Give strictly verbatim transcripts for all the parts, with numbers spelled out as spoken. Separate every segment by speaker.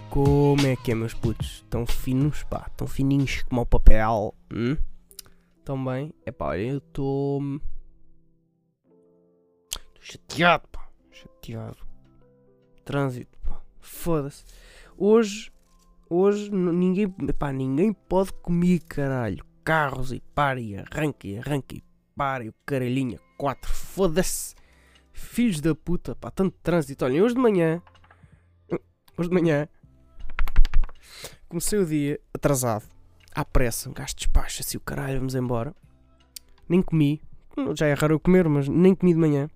Speaker 1: Como é que é, meus putos? Tão finos, pá, tão fininhos como o papel. Hum? Tão bem? É pá, eu estou... Estou chateado, pá, chateado. Trânsito, pá, foda-se. Hoje, hoje, n- ninguém, pá, ninguém pode comigo, caralho. Carros e para e arranca e arranca e para e o caralhinho a quatro, foda-se. Filhos da puta, pá, tanto trânsito. Olhem, hoje de manhã, hoje de manhã, comecei o dia atrasado, à pressa, um gajo despacha-se o caralho, vamos embora. Nem comi, já é raro eu comer, mas nem comi de manhã.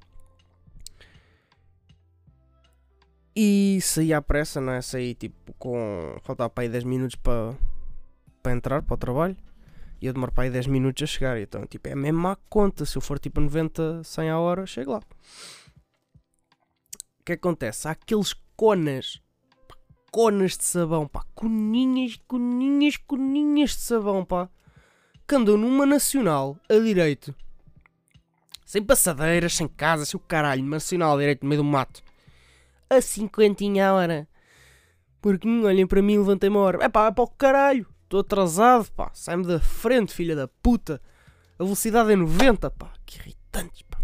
Speaker 1: E saí à pressa, não é? Saí tipo com... faltava para aí dez minutos para, para entrar para o trabalho. E eu demoro para aí dez minutos a chegar. Então tipo, é mesmo à conta, se eu for tipo noventa, cem a hora, chego lá. O que acontece? Há aqueles conas... conas de sabão, pá, coninhas, coninhas, coninhas de sabão, pá, que andam numa nacional, a direito, sem passadeiras, sem casas, sem o caralho, nacional, a direito, no meio do mato, a cinquentinha a hora, porque hum, olhem para mim, levantei-me a hora, é pá, é para o caralho, estou atrasado, pá, sai-me da frente, filha da puta, a velocidade é noventa, pá, que irritantes, pá,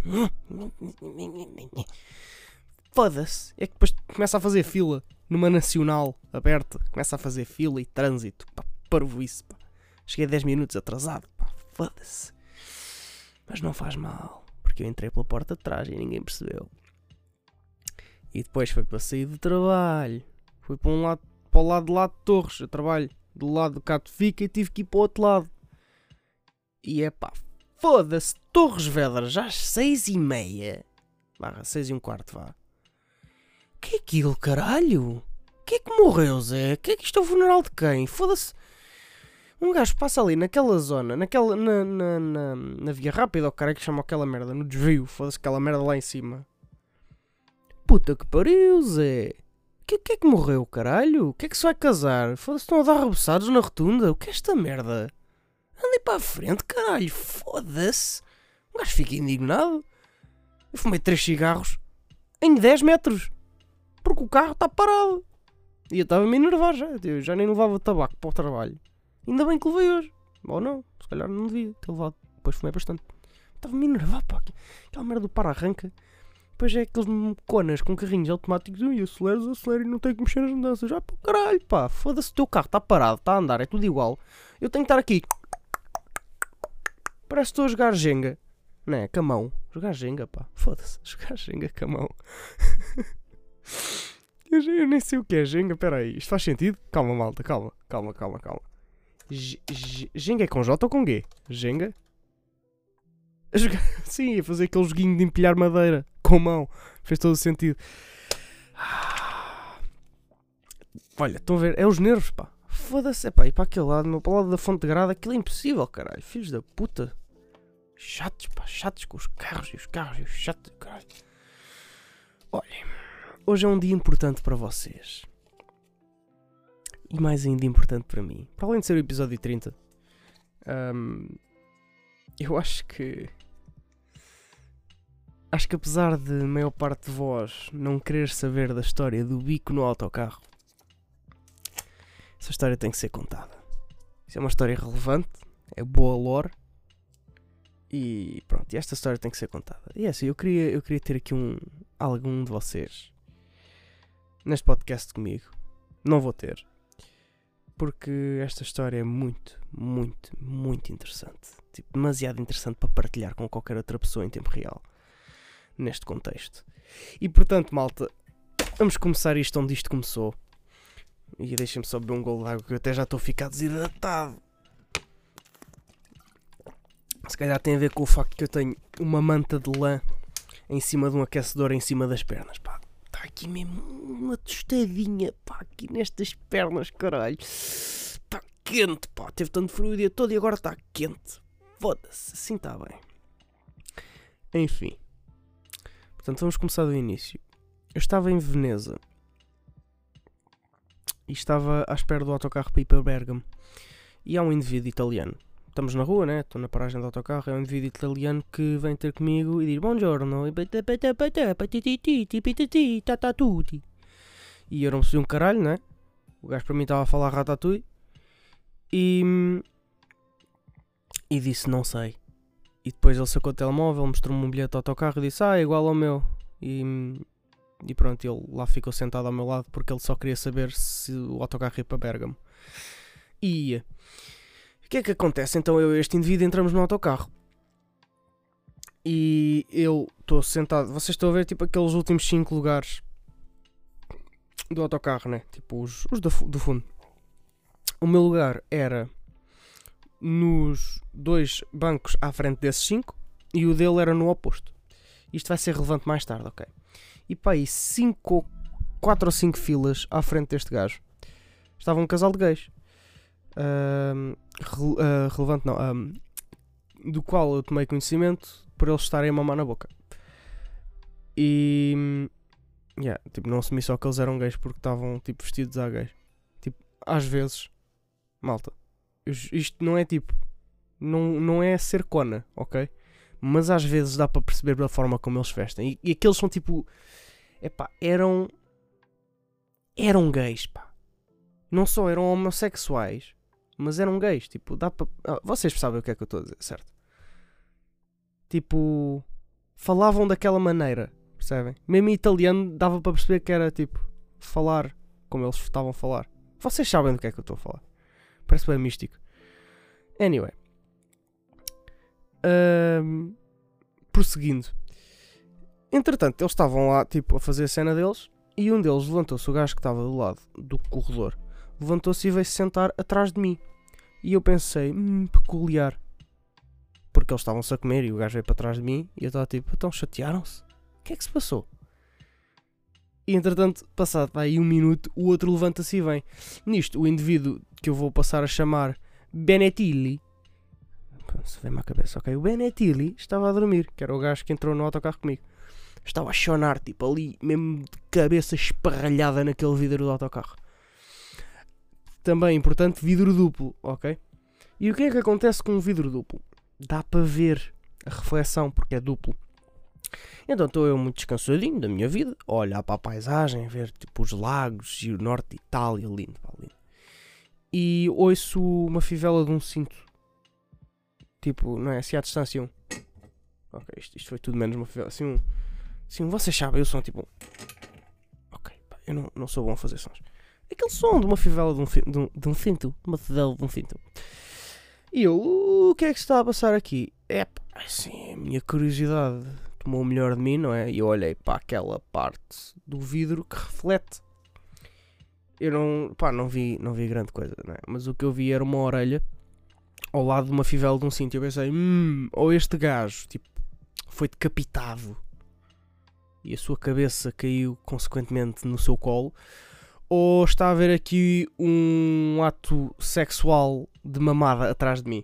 Speaker 1: foda-se, é que depois começa a fazer fila, numa nacional aberta, começa a fazer fila e trânsito, pá, parvoíce, pá. Cheguei dez minutos atrasado, pá, foda-se. Mas não faz mal, porque eu entrei pela porta de trás e ninguém percebeu. E depois foi para sair do trabalho, fui para um lado, para o lado de lá de Torres, eu trabalho do lado do Cato Fica e tive que ir para o outro lado. E é pá, foda-se, Torres Vedras, já às seis e meia, barra, seis e um quarto, vá. Que é aquilo, caralho? Que é que morreu, Zé? Que é que isto é o funeral de quem? Foda-se. Um gajo passa ali naquela zona, naquela, na, na, na, na via rápida, o cara que chama aquela merda, no desvio, foda-se aquela merda lá em cima. Puta que pariu, Zé. Que, que é que morreu, caralho? O que é que se vai casar? Foda-se, estão a dar reboçados na rotunda? O que é esta merda? Andem para a frente, caralho. Foda-se. Um gajo fica indignado. Eu fumei três cigarros em dez metros. Porque o carro está parado. E eu estava-me a enervar já. Eu já nem levava tabaco para o trabalho. Ainda bem que levei hoje. Ou não, se calhar não devia ter levado. Depois fumei bastante. Estava-me a enervar, pá. Aquela merda do para-arranca. Depois é aqueles conas com carrinhos automáticos. E aceleras, acelero e não tenho que mexer nas mudanças. Já pá, caralho, pá. Foda-se, o teu carro está parado, está a andar, é tudo igual. Eu tenho que estar aqui. Parece que estou a jogar Jenga. Não é? Com a mão. Jogar Jenga, pá. Foda-se, jogar Jenga com a mão. Eu, eu nem sei o que é Jenga, peraí, isto faz sentido? Calma, malta, calma, calma, calma, calma. G- G- Jenga é com J ou com G? Jenga? A jogar... Sim, a fazer aquele joguinho de empilhar madeira com mão. Fez todo o sentido. Ah. Olha, estão a ver? É os nervos, pá. Foda-se, é pá, ir para aquele lado, meu, para o lado da fonte de grada, aquilo é impossível, caralho. Filhos da puta. Chatos, pá, chatos com os carros e os carros e os chatos, caralho. Olhem. Hoje é um dia importante para vocês. E mais ainda importante para mim. Para além de ser o episódio trinta. Um, eu acho que... Acho que apesar de a maior parte de vós não querer saber da história do bico no autocarro, essa história tem que ser contada. Isso é uma história relevante. É boa lore. E pronto, e esta história tem que ser contada. E é assim, eu queria, eu queria ter aqui um... algum de vocês neste podcast comigo. Não vou ter, porque esta história é muito, muito, muito interessante. Tipo, demasiado interessante para partilhar com qualquer outra pessoa em tempo real, neste contexto. E portanto, malta, vamos começar isto onde isto começou. E deixem-me só beber um golo de água, que eu até já estou a ficar desidratado. Se calhar tem a ver com o facto que eu tenho uma manta de lã em cima de um aquecedor em cima das pernas, pá. Está aqui mesmo uma tostadinha, pá, aqui nestas pernas, caralho. Está quente, pá. Teve tanto frio o dia todo e agora está quente. Foda-se, assim está bem. Enfim. Portanto, vamos começar do início. Eu estava em Veneza. E estava à espera do autocarro para ir para Bergamo. E há um indivíduo italiano. Estamos na rua, né? Estou na paragem do autocarro. É um indivíduo italiano que vem ter comigo e diz buongiorno. E eu não percebi um caralho, né? O gajo para mim estava a falar Ratatouille. E... E disse, não sei. E depois ele sacou o telemóvel, mostrou-me um bilhete de autocarro e disse, ah, é igual ao meu. E... E pronto, ele lá ficou sentado ao meu lado porque ele só queria saber se o autocarro ia para Bérgamo. E ia. O que é que acontece? Então eu e este indivíduo entramos no autocarro. E eu estou sentado. Vocês estão a ver tipo aqueles últimos cinco lugares do autocarro, né? Tipo os, os do, do fundo. O meu lugar era nos dois bancos à frente desses cinco e o dele era no oposto. Isto vai ser relevante mais tarde, ok? E pá, aí cinco, quatro ou cinco filas à frente deste gajo estava um casal de gays. Uh, re, uh, relevante não. Um, do qual eu tomei conhecimento por eles estarem a mamar na boca. E... Yeah, tipo, não assumi só que eles eram gays porque estavam tipo vestidos a gays. Tipo, às vezes... Malta. Isto não é tipo... Não, não é ser cona, ok? Mas às vezes dá para perceber da forma como eles vestem. E, e aqueles são tipo... Epá, eram... Eram gays, pá. Não só eram homossexuais, mas eram gays. Tipo, dá para... Ah, vocês sabem o que é que eu estou a dizer, certo? Tipo... Falavam daquela maneira, percebem? Mesmo em italiano dava para perceber que era tipo... Falar como eles estavam a falar. Vocês sabem do que é que eu estou a falar. Parece bem místico. Anyway. Um, prosseguindo. Entretanto, eles estavam lá tipo a fazer a cena deles. E um deles levantou-se, o gajo que estava do lado do corredor, levantou-se e veio-se sentar atrás de mim. E eu pensei, hum, peculiar. Porque eles estavam-se a comer e o gajo veio para trás de mim. E eu estava tipo, então chatearam-se? O que é que se passou? E entretanto, passado aí um minuto, o outro levanta-se e vem. Nisto, o indivíduo que eu vou passar a chamar Benetilli, se vem-me à cabeça, ok? O Benetilli estava a dormir, que era o gajo que entrou no autocarro comigo. Estava a chorar, tipo, ali, mesmo de cabeça esparralhada naquele vidro do autocarro. Também importante, vidro duplo, ok? E o que é que acontece com o vidro duplo? Dá para ver a reflexão, porque é duplo. Então estou eu muito descansadinho da minha vida, a olhar para a paisagem, a ver tipo os lagos e o norte de Itália, lindo, pá, lindo. E ouço uma fivela de um cinto. Tipo, não é? Assim à distância um. Ok, isto, isto foi tudo menos uma fivela. Assim um. Assim, vocês sabem, eu sou tipo um. Ok, pá, eu não, não sou bom a fazer sons. Aquele som de uma fivela de um, de um, de um cinto. Uma fivela de um cinto. E eu, o que é que se está a passar aqui? É pá, assim, a minha curiosidade tomou o melhor de mim, não é? E eu olhei para aquela parte do vidro que reflete. Eu não, pá, não vi, não vi grande coisa, não é? Mas o que eu vi era uma orelha ao lado de uma fivela de um cinto. E eu pensei, hum, ou este gajo, tipo, foi decapitado e a sua cabeça caiu consequentemente no seu colo, ou está a haver aqui um ato sexual de mamada atrás de mim.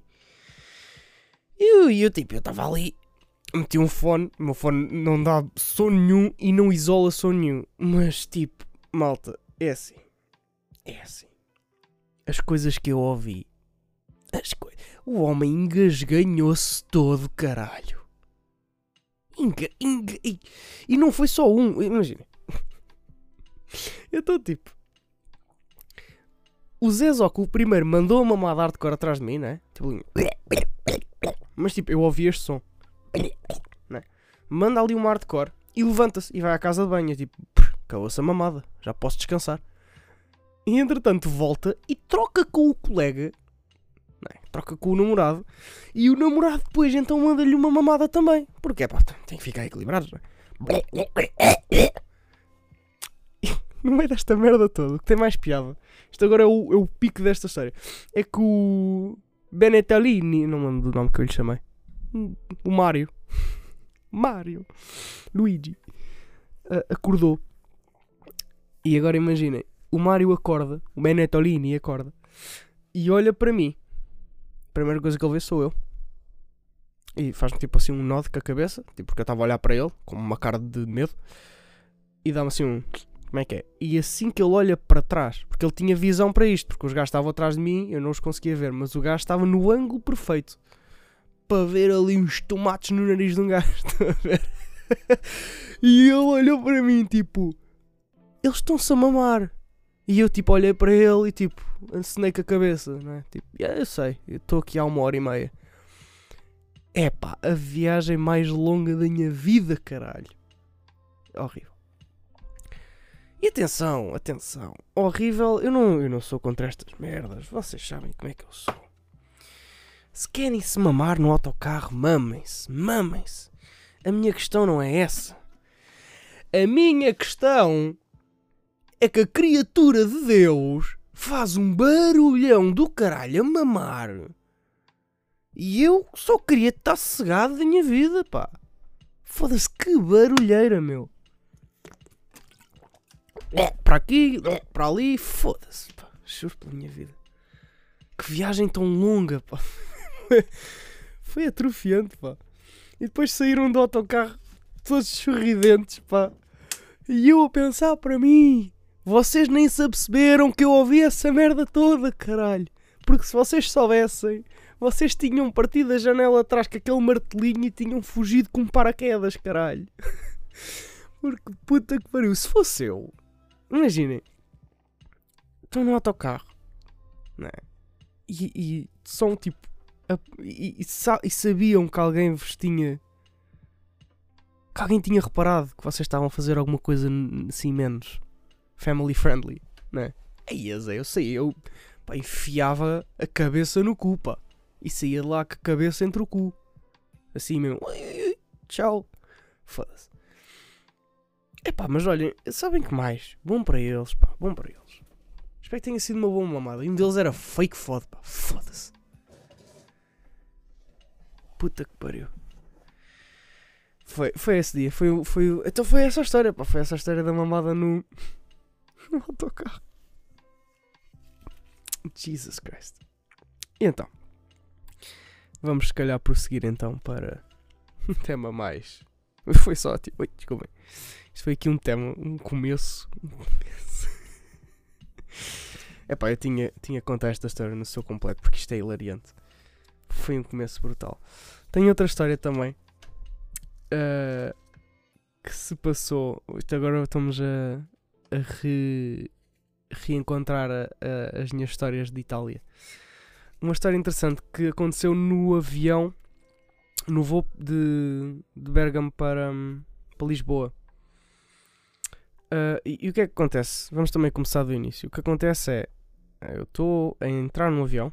Speaker 1: E eu, eu, tipo, eu estava ali, meti um fone, o meu fone não dá som nenhum e não isola som nenhum. Mas, tipo, malta, é assim. É assim. As coisas que eu ouvi. As co... O homem engasganhou-se todo, caralho. Enga, enga, e, e não foi só um, imagina. Eu estou tipo... O Zé Zóculo primeiro mandou uma mamada hardcore atrás de mim, não é? Tipo... Mas tipo, eu ouvi este som. Não é? Manda ali uma hardcore e levanta-se e vai à casa de banho. Tipo, acabou-se a mamada, já posso descansar. E entretanto volta e troca com o colega, não é? Troca com o namorado. E o namorado depois então manda-lhe uma mamada também. Porque é pá, tem que ficar equilibrado, não é? No meio desta merda toda, o que tem mais piada, isto agora é o, é o pico desta história, é que o Benetalini, não me lembro do nome que eu lhe chamei, o Mário, Mário, Luigi, uh, acordou. E agora imaginem, o Mário acorda, o Benetalini acorda, e olha para mim. A primeira coisa que ele vê sou eu. E faz-me tipo assim um nó com a cabeça, tipo porque eu estava a olhar para ele, com uma cara de medo, e dá-me assim um... Como é que é? E assim que ele olha para trás, porque ele tinha visão para isto, porque os gajos estavam atrás de mim, eu não os conseguia ver, mas o gajo estava no ângulo perfeito para ver ali uns tomates no nariz de um gajo. Estão a ver? E ele olhou para mim tipo, eles estão-se a mamar. E eu tipo olhei para ele e tipo acenei com a cabeça, não é? Tipo, yeah, eu sei, eu estou aqui há uma hora e meia. Epá, a viagem mais longa da minha vida, caralho. Horrível. E atenção, atenção. Horrível, eu não, eu não sou contra estas merdas. Vocês sabem como é que eu sou. Se querem se mamar no autocarro, mamem-se, mamem-se. A minha questão não é essa. A minha questão é que a criatura de Deus faz um barulhão do caralho a mamar. E eu só queria estar sossegado da minha vida, pá. Foda-se, que barulheira, meu. Para aqui, para ali, foda-se, pá. Juro pela minha vida. Que viagem tão longa, pá. Foi atrofiante, pá. E depois saíram do autocarro todos sorridentes, pá. E eu a pensar para mim, vocês nem se aperceberam que eu ouvi essa merda toda, caralho. Porque se vocês soubessem, vocês tinham partido a janela atrás com aquele martelinho e tinham fugido com paraquedas, caralho. Porque puta que pariu, se fosse eu, imaginem, estão no autocarro, não é? E, e são tipo, a, e, e, e sabiam que alguém vos tinha, que alguém tinha reparado que vocês estavam a fazer alguma coisa assim menos family friendly, não é? Aí eu sei, eu pá, enfiava a cabeça no cu, pá. E saía de lá com a cabeça entre o cu. Assim mesmo. Tchau. Foda-se. Epá, mas olhem, sabem que mais? Bom para eles, pá. Bom para eles. Espero que tenha sido uma boa mamada. E um deles era fake foda, pá. Foda-se. Puta que pariu. Foi, foi esse dia. Foi, foi, então foi essa a história, pá. Foi essa a história da mamada no, no autocarro. Jesus Christ. E então? Vamos se calhar prosseguir então para um tema mais... Foi só tipo... Oi, desculpem. Isto foi aqui um tema, um começo. Um começo. Epá, eu tinha, tinha que contar esta história no seu completo porque isto é hilariante. Foi um começo brutal. Tenho outra história também. Uh, que se passou... Isto agora estamos a, a re, reencontrar a, a, as minhas histórias de Itália. Uma história interessante que aconteceu no avião, no voo de, de Bergamo para, para Lisboa. Uh, e, e o que é que acontece? Vamos também começar do início. O que acontece é, eu estou a entrar no avião.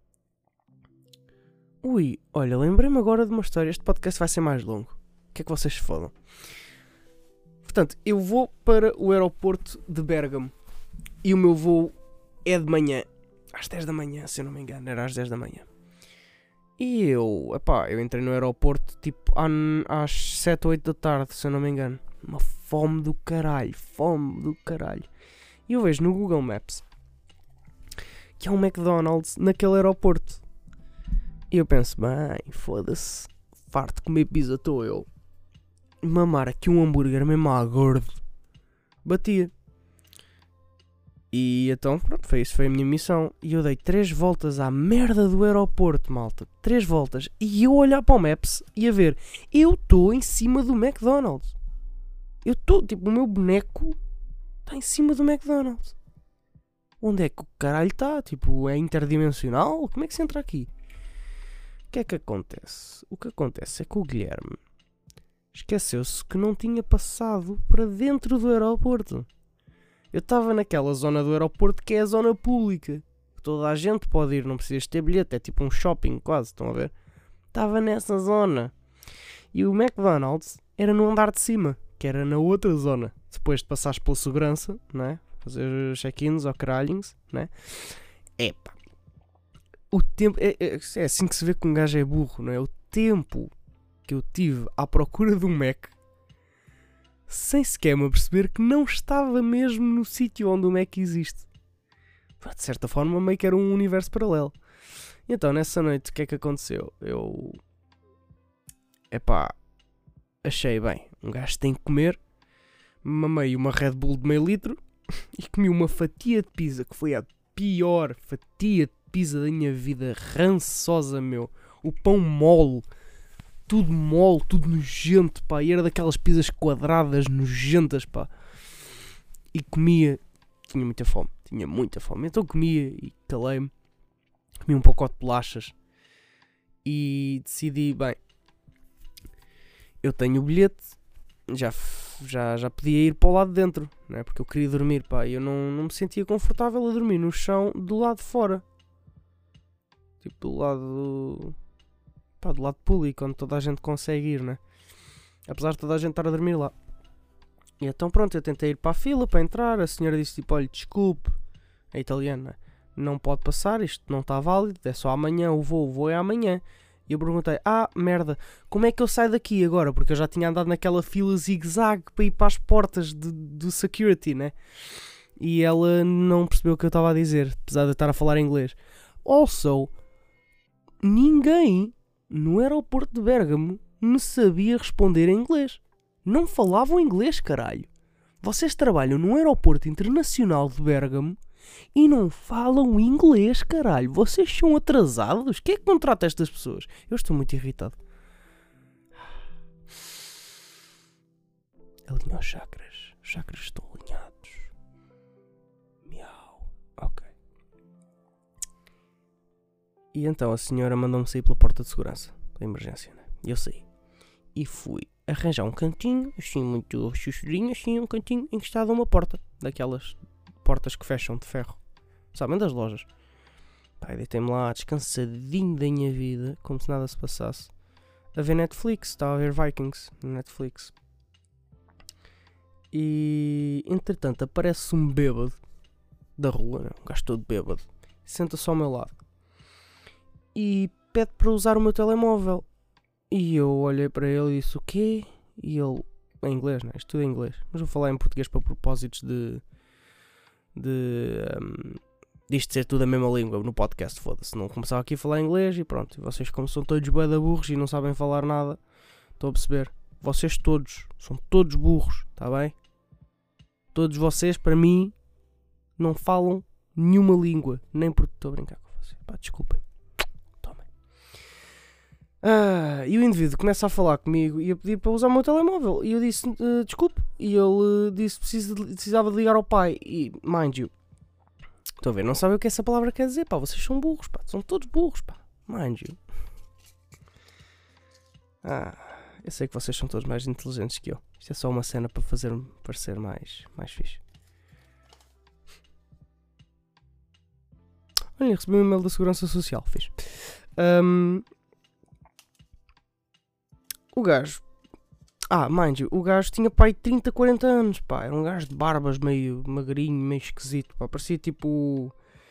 Speaker 1: Ui, olha, lembrei-me agora de uma história. Este podcast vai ser mais longo. O que é que vocês se fodam? Portanto, eu vou para o aeroporto de Bergamo. E o meu voo é de manhã. Às dez da manhã, se eu não me engano, era às dez da manhã. E eu, epá, eu entrei no aeroporto tipo às sete ou oito da tarde, se eu não me engano. Uma fome do caralho, fome do caralho. E eu vejo no Google Maps que há um McDonald's naquele aeroporto. E eu penso, bem, foda-se, farto de comer pizza estou eu. Mamar aqui um hambúrguer mesmo à gordo. Batia. E então, pronto, foi isso, foi a minha missão. E eu dei três voltas à merda do aeroporto, malta. Três voltas. E eu olhar para o Maps e a ver, eu estou em cima do McDonald's. Eu estou, tipo, o meu boneco está em cima do McDonald's. Onde é que o caralho está? Tipo, é interdimensional? Como é que se entra aqui? O que é que acontece? O que acontece é que o Guilherme esqueceu-se que não tinha passado para dentro do aeroporto. Eu estava naquela zona do aeroporto que é a zona pública. Toda a gente pode ir, não precisas ter bilhete. É tipo um shopping quase, estão a ver? Estava nessa zona. E o McDonald's era no andar de cima, que era na outra zona. Depois de passares pela segurança, não é? Fazer check-ins ou caralhos, não é? Epá. O tempo... É, é, é assim que se vê que um gajo é burro, não é? O tempo que eu tive à procura do Mac... sem sequer me perceber que não estava mesmo no sítio onde o Mac existe. De certa forma, meio que era um universo paralelo. E então, nessa noite, o que é que aconteceu? Eu... Epá... Achei bem. Um gajo tem que comer. Mamei uma Red Bull de meio litro. E comi uma fatia de pizza, que foi a pior fatia de pizza da minha vida. Rançosa, meu. O pão mole. Tudo mole, tudo nojento, pá. E era daquelas pizzas quadradas, nojentas, pá. E comia... Tinha muita fome. Tinha muita fome. Então comia e calei-me. Comi um pacote de bolachas. E decidi, bem, eu tenho o bilhete. Já, já, já podia ir para o lado de dentro, não é? Porque eu queria dormir, pá. E eu não, não me sentia confortável a dormir no chão do lado de fora. Tipo, do lado do... Pá, do lado público, onde toda a gente consegue ir, né? Apesar de toda a gente estar a dormir lá. E então pronto, eu tentei ir para a fila para entrar. A senhora disse tipo, olha, desculpe, é italiana, não pode passar, isto não está válido, é só amanhã o voo, o voo é amanhã. E eu perguntei, ah, merda, como é que eu saio daqui agora? Porque eu já tinha andado naquela fila zigue-zague para ir para as portas de, do security, né? E ela não percebeu o que eu estava a dizer, apesar de eu estar a falar inglês. Also, ninguém no aeroporto de Bérgamo me sabia responder em inglês. Não falavam inglês, caralho. Vocês trabalham num aeroporto internacional de Bérgamo e não falam inglês, caralho. Vocês são atrasados? Quem é que contrata estas pessoas? Eu estou muito irritado. Alinha os chakras. Os chakras estão alinhados. Miau. Ok. E então a senhora mandou-me sair pela porta de segurança. Pela emergência, né? E eu saí. E fui arranjar um cantinho, assim muito chuchurinho, assim um cantinho encostado a uma porta. Daquelas portas que fecham de ferro. Sabem, das lojas. Pai, deitei-me lá descansadinho da minha vida, como se nada se passasse. A ver Netflix, estava a ver Vikings no Netflix. E entretanto aparece um bêbado da rua, né? Um gajo todo bêbado. Senta-se ao meu lado. E pede para usar o meu telemóvel. E eu olhei para ele e disse o quê? E ele, em inglês, né? Isto tudo em inglês. Mas vou falar em português para propósitos de... De... Um, disto ser tudo a mesma língua no podcast, foda-se. Não começava aqui a falar inglês e pronto. E vocês como são todos bué da burros e não sabem falar nada, estão a perceber? Vocês todos, são todos burros, está bem? Todos vocês, para mim, não falam nenhuma língua. Nem porque estou a brincar com vocês. Pá, desculpem. Tomem. Ah, e o indivíduo começa a falar comigo e a pedir para usar o meu telemóvel. E eu disse, uh, desculpe. E ele uh, disse que precisa de, precisava de ligar ao pai. E, mind you, estou a ver, não sabem o que essa palavra quer dizer, pá. Vocês são burros, pá. São todos burros, pá. Mind you. Ah, eu sei que vocês são todos mais inteligentes que eu. Isto é só uma cena para fazer-me parecer mais, mais fixe. Olha, recebi um e-mail da Segurança Social, fixe. Um, o gajo... Ah, mind you, o gajo tinha pai de trinta, quarenta anos, pá. Era um gajo de barbas, meio magrinho, meio esquisito, pá. Parecia tipo...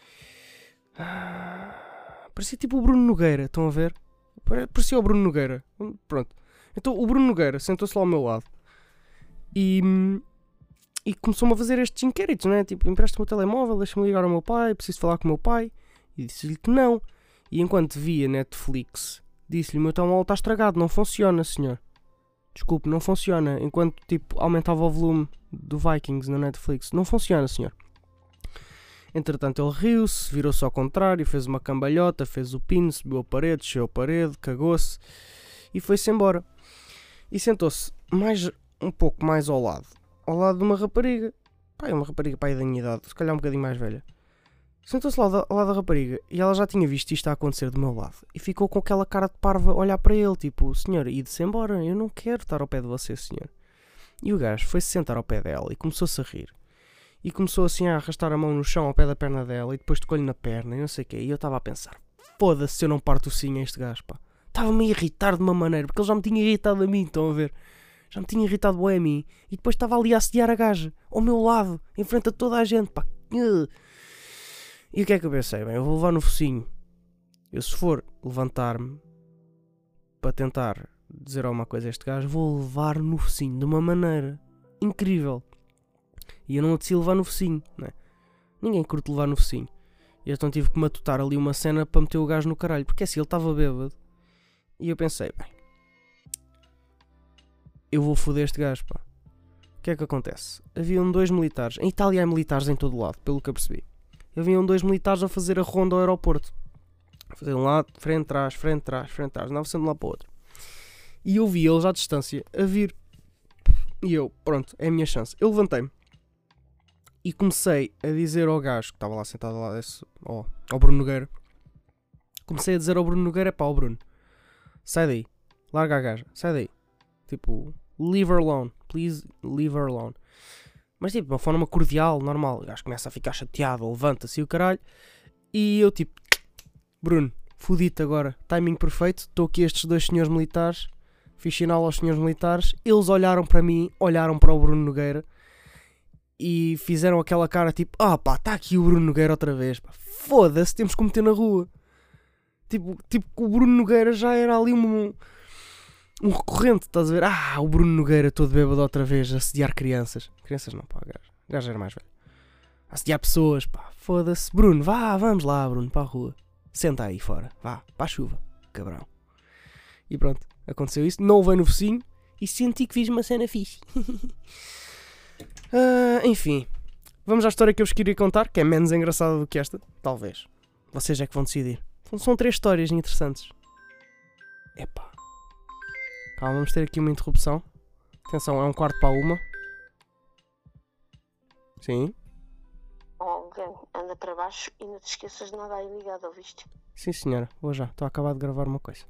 Speaker 1: Ah, parecia tipo o Bruno Nogueira, estão a ver? Parecia o Bruno Nogueira. Pronto. Então o Bruno Nogueira sentou-se lá ao meu lado. E... E começou-me a fazer estes inquéritos, né? Tipo, empresta-me o telemóvel, deixa-me ligar ao meu pai, preciso falar com o meu pai. E disse-lhe que não. E enquanto via Netflix, disse-lhe, o meu telemóvel está estragado, não funciona, senhor. Desculpe, não funciona. Enquanto, tipo, aumentava o volume do Vikings na Netflix. Não funciona, senhor. Entretanto, ele riu-se, virou-se ao contrário, fez uma cambalhota, fez o pino, subiu a parede, desceu a parede, cagou-se e foi-se embora. E sentou-se mais, um pouco mais ao lado. Ao lado de uma rapariga. Pá, é uma rapariga, pai da minha idade, se calhar um bocadinho mais velha. Sentou-se lá ao lado da rapariga e ela já tinha visto isto a acontecer do meu lado. E ficou com aquela cara de parva a olhar para ele, tipo, senhor, ide-se embora, eu não quero estar ao pé de você, senhor. E o gajo foi-se sentar ao pé dela e começou-se a rir. E começou assim a arrastar a mão no chão ao pé da perna dela e depois tocou-lhe na perna e não sei o quê. E eu estava a pensar, foda-se se eu não parto o sim a este gajo, pá. Estava-me a irritar de uma maneira, porque ele já me tinha irritado a mim, estão a ver? Já me tinha irritado bué a mim. E depois estava ali a assediar a gaja, ao meu lado, em frente a toda a gente, pá. E o que é que eu pensei? Bem, eu vou levar no focinho. Eu se for levantar-me para tentar dizer alguma coisa a este gajo, vou levar no focinho de uma maneira incrível. E eu não decidi levar no focinho, não é? Ninguém curte levar no focinho. E então tive que matutar ali uma cena para meter o gajo no caralho. Porque assim, ele estava bêbado. E eu pensei, bem, eu vou foder este gajo, pá. O que é que acontece? Haviam dois militares. Em Itália há militares em todo lado, pelo que eu percebi. Haviam dois militares a fazer a ronda ao aeroporto. A fazer um lado, frente, trás, frente, trás, frente, trás. Andava sempre de um lado para o outro. E eu vi eles à distância a vir. E eu, pronto, é a minha chance. Eu levantei-me. E comecei a dizer ao gajo que estava lá sentado lá, esse, ao, ao Bruno Nogueira. Comecei a dizer ao Bruno Nogueira, pá, ao Bruno, sai daí, larga a gaja, sai daí. Tipo, leave her alone, please leave her alone. Mas tipo, de uma forma cordial, normal. O gajo começa a ficar chateado, levanta-se e o caralho. E eu tipo, Bruno, fudi-te agora, timing perfeito, estou aqui estes dois senhores militares, fiz sinal aos senhores militares, eles olharam para mim, olharam para o Bruno Nogueira e fizeram aquela cara tipo, ah pá, está aqui o Bruno Nogueira outra vez, pá, foda-se, temos que o meter na rua. Tipo, tipo, o Bruno Nogueira já era ali um, um recorrente, estás a ver? Ah, o Bruno Nogueira todo bêbado outra vez, a assediar crianças. Crianças não, pá, o gajo, o gajo era mais velho. A assediar pessoas, pá, foda-se. Bruno, vá, vamos lá, Bruno, para a rua. Senta aí fora, vá, para a chuva, cabrão. E pronto, aconteceu isso. Não levei no focinho e senti que fiz uma cena fixe. uh, enfim, vamos à história que eu vos queria contar, que é menos engraçada do que esta, talvez. Vocês é que vão decidir. São três histórias interessantes. Epá. Calma, vamos ter aqui uma interrupção. Atenção, é um quarto para uma. Sim.
Speaker 2: Oh, gang, anda para baixo e não te esqueças de nada aí ligado, ouviste?
Speaker 1: Sim, senhora. Vou já. Estou a acabar de gravar uma coisa.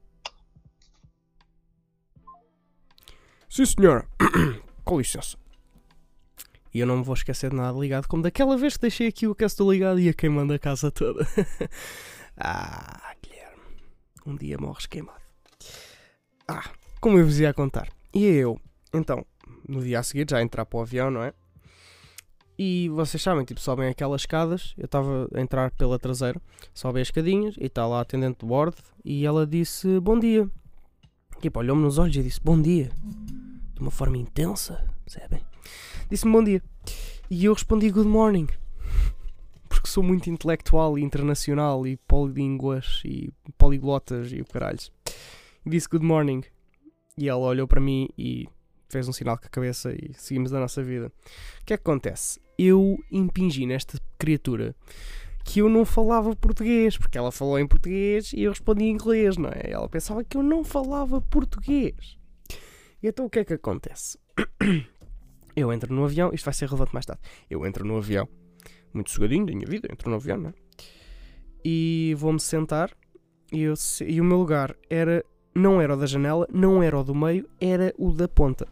Speaker 1: Sim, senhora. Com licença. E eu não me vou esquecer de nada ligado, como daquela vez que deixei aqui o cast ligado e ia queimando a casa toda. Ah, Guilherme, um dia morres queimado. Ah, como eu vos ia contar. E eu, então, no dia a seguir, já a entrar para o avião, não é? E vocês sabem, tipo, sobem aquelas escadas. Eu estava a entrar pela traseira, sobem as escadinhas e está lá a atendente de bordo e ela disse bom dia. Tipo, olhou-me nos olhos e disse bom dia. De uma forma intensa, percebem? Disse-me bom dia. E eu respondi good morning. Porque sou muito intelectual e internacional e polilínguas e poliglotas e o caralho. Disse good morning. E ela olhou para mim e fez um sinal com a cabeça e seguimos a nossa vida. O que é que acontece? Eu impingi nesta criatura que eu não falava português, porque ela falou em português e eu respondi em inglês, não é? Ela pensava que eu não falava português. E então o que é que acontece? Eu entro no avião, isto vai ser relevante mais tarde. Eu entro no avião, muito sugadinho da minha vida, entro no avião, não é? E vou-me sentar e, eu, e o meu lugar era, não era o da janela, não era o do meio, era o da ponta.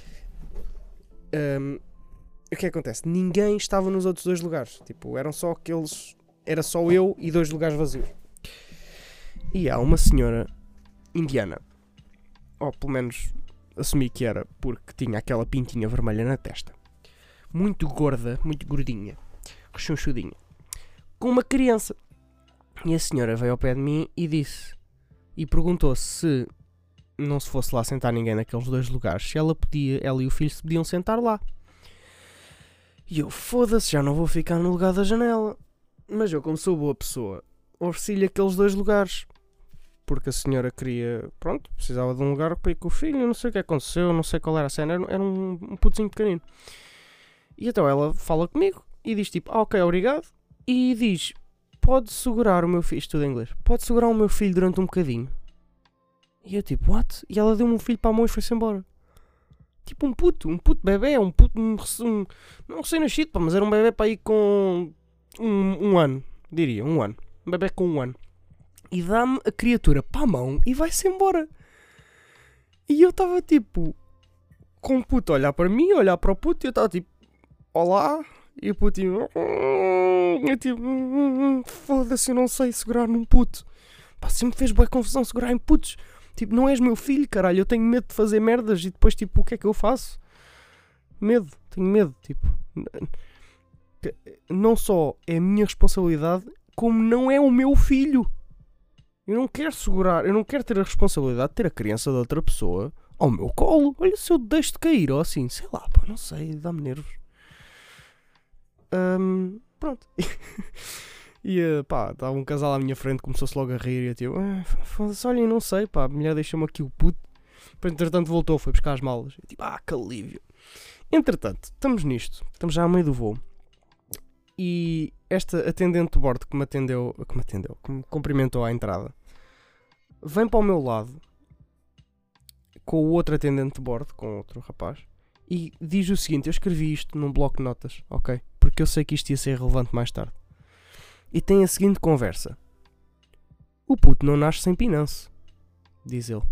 Speaker 1: Um, o que é que acontece? Ninguém estava nos outros dois lugares. Tipo, eram só aqueles... Era só eu e dois lugares vazios. E há uma senhora indiana, ou pelo menos assumi que era, porque tinha aquela pintinha vermelha na testa, muito gorda, muito gordinha, rechonchudinha, com uma criança. E a senhora veio ao pé de mim e disse, e perguntou se não se fosse lá sentar ninguém naqueles dois lugares, se ela podia, ela e o filho se podiam sentar lá. E eu, foda-se, já não vou ficar no lugar da janela. Mas eu, como sou boa pessoa, ofereci-lhe aqueles dois lugares. Porque a senhora queria, pronto, precisava de um lugar para ir com o filho, eu não sei o que aconteceu, não sei qual era a cena, era, era um, um putozinho pequenino. E então ela fala comigo e diz tipo, ah, ok, obrigado. E diz, pode segurar o meu filho, isto tudo em inglês, pode segurar o meu filho durante um bocadinho. E eu tipo, what? E ela deu-me um filho para a mão e foi-se embora. Tipo um puto, um puto bebê, um puto, um, um não sei nascido, pá, mas era um bebê para ir com um, um ano, diria, um ano. Um bebê com um ano. E dá-me a criatura para a mão e vai-se embora. E eu estava tipo, com o puto a olhar para mim, a olhar para o puto, e eu estava tipo, olá. E o puto tipo, eu tipo, foda-se, eu não sei segurar num puto. Pá, sempre fez boa confusão segurar em putos. Tipo, não és meu filho, caralho, eu tenho medo de fazer merdas e depois tipo, o que é que eu faço? Medo, tenho medo, tipo. Não só é a minha responsabilidade, como não é o meu filho. Eu não quero segurar, eu não quero ter a responsabilidade de ter a criança de outra pessoa ao meu colo. Olha, se eu deixo de cair ou assim, sei lá, pá, não sei, dá-me nervos. Um, pronto. E pá, estava um casal à minha frente, começou-se logo a rir e eu tipo, ah, foda-se, olhem, não sei, pá, a mulher deixou-me aqui o puto. Depois, entretanto, voltou, foi buscar as malas. Eu tipo, ah, que alívio. Entretanto, estamos nisto, estamos já ao meio do voo. E esta atendente de bordo que me atendeu, que me atendeu, que me cumprimentou à entrada, vem para o meu lado com o outro atendente de bordo, com outro rapaz, e diz o seguinte, eu escrevi isto num bloco de notas, ok? porque eu sei que isto ia ser relevante mais tarde. E tem a seguinte conversa. O puto não nasce sem pinanço, diz ele.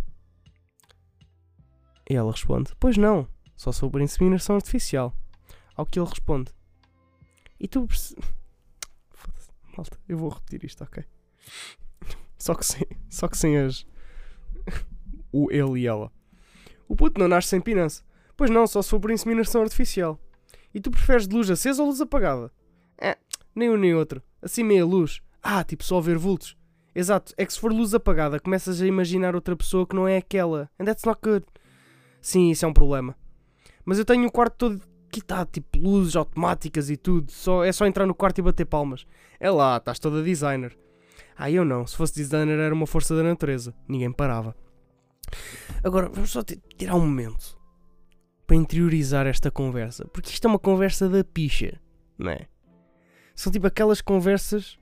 Speaker 1: E ela responde, pois não, só sou por inseminação artificial. Ao que ele responde, e tu perce... Malta, eu vou repetir isto, ok? Só que sem, só que sem as... o ele e ela. O puto não nasce sem pinanço. Pois não, só se for por inseminação artificial. E tu preferes de luz acesa ou luz apagada? É, nem um nem outro. Assim meia luz. Ah, tipo só ver vultos. Exato, é que se for luz apagada começas a imaginar outra pessoa que não é aquela. And that's not good. Sim, isso é um problema. Mas eu tenho o quarto todo quitado, tipo luzes automáticas e tudo. Só, é só entrar no quarto e bater palmas. É lá, estás toda designer. Ah, eu não. Se fosse designer era uma força da natureza. Ninguém parava. Agora, vamos só tirar um momento para interiorizar esta conversa. Porque isto é uma conversa da picha, não é? São tipo aquelas conversas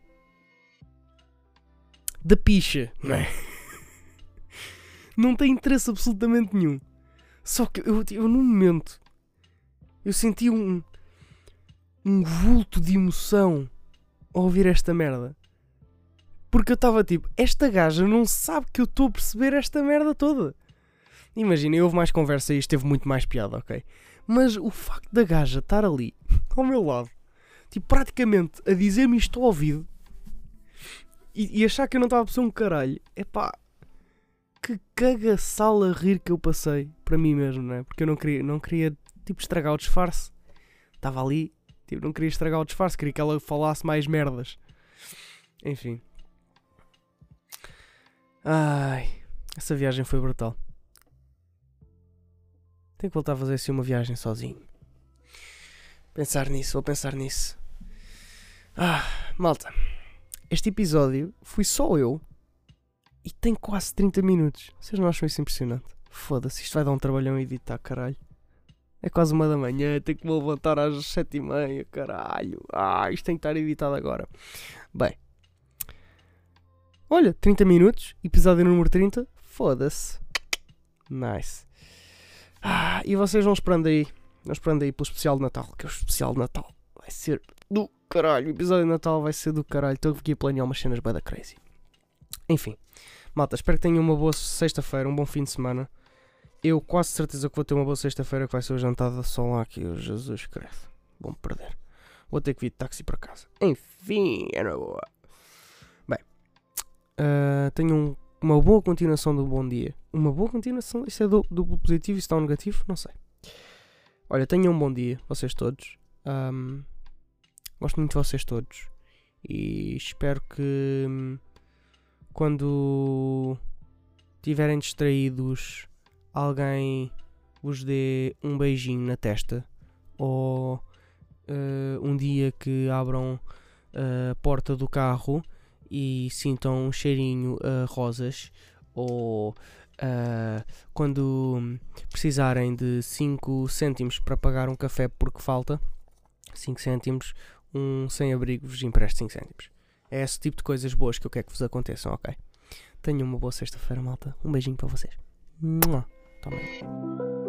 Speaker 1: da picha, não é? Não tem interesse absolutamente nenhum. Só que eu, eu num momento, eu senti um, um vulto de emoção ao ouvir esta merda. Porque eu estava tipo, esta gaja não sabe que eu estou a perceber esta merda toda. Imagina, houve mais conversa e isto teve muito mais piada, ok? Mas o facto da gaja estar ali, ao meu lado, tipo, praticamente a dizer-me isto ao ouvido e, e achar que eu não estava a perceber um caralho, epá, que cagaçal a rir que eu passei para mim mesmo, não é? Porque eu não queria, não queria tipo, estragar o disfarce. Estava ali, tipo, não queria estragar o disfarce, queria que ela falasse mais merdas. Enfim. Ai, essa viagem foi brutal. Tenho que voltar a fazer assim uma viagem sozinho. Pensar nisso, vou pensar nisso. Ah, malta. Este episódio fui só eu e tem quase trinta minutos. Vocês não acham isso impressionante? Foda-se, isto vai dar um trabalhão a editar, caralho. É quase uma da manhã, tenho que me levantar às sete e meia, caralho. Ah, isto tem que estar editado agora. Bem. Olha, trinta minutos, episódio número trinta. Foda-se. Nice. Ah, e vocês vão esperando aí. Vão esperando aí pelo especial de Natal. Que é o especial de Natal. Vai ser do caralho. O episódio de Natal vai ser do caralho. Estou aqui a planear umas cenas bem da crazy. Enfim. Malta, espero que tenham uma boa sexta-feira. Um bom fim de semana. Eu quase certeza que vou ter uma boa sexta-feira. Que vai ser o jantar da Sol lá aqui. Jesus Cristo. Vou-me perder. Vou ter que vir de táxi para casa. Enfim. É na boa. Uh, tenho um, uma boa continuação do bom dia. Uma boa continuação? Isso é duplo, duplo positivo? Isso está um negativo? Não sei. Olha, tenham um bom dia, vocês todos. Um, gosto muito de vocês todos. E espero que hum, quando estiverem distraídos, alguém vos dê um beijinho na testa. Ou uh, um dia que abram a porta do carro e sintam um cheirinho a rosas, ou uh, quando precisarem de cinco cêntimos para pagar um café porque falta cinco cêntimos, um sem-abrigo vos empreste cinco cêntimos. É esse tipo de coisas boas que eu quero que vos aconteçam, ok? Tenham uma boa sexta-feira, malta. Um beijinho para vocês. Tomem.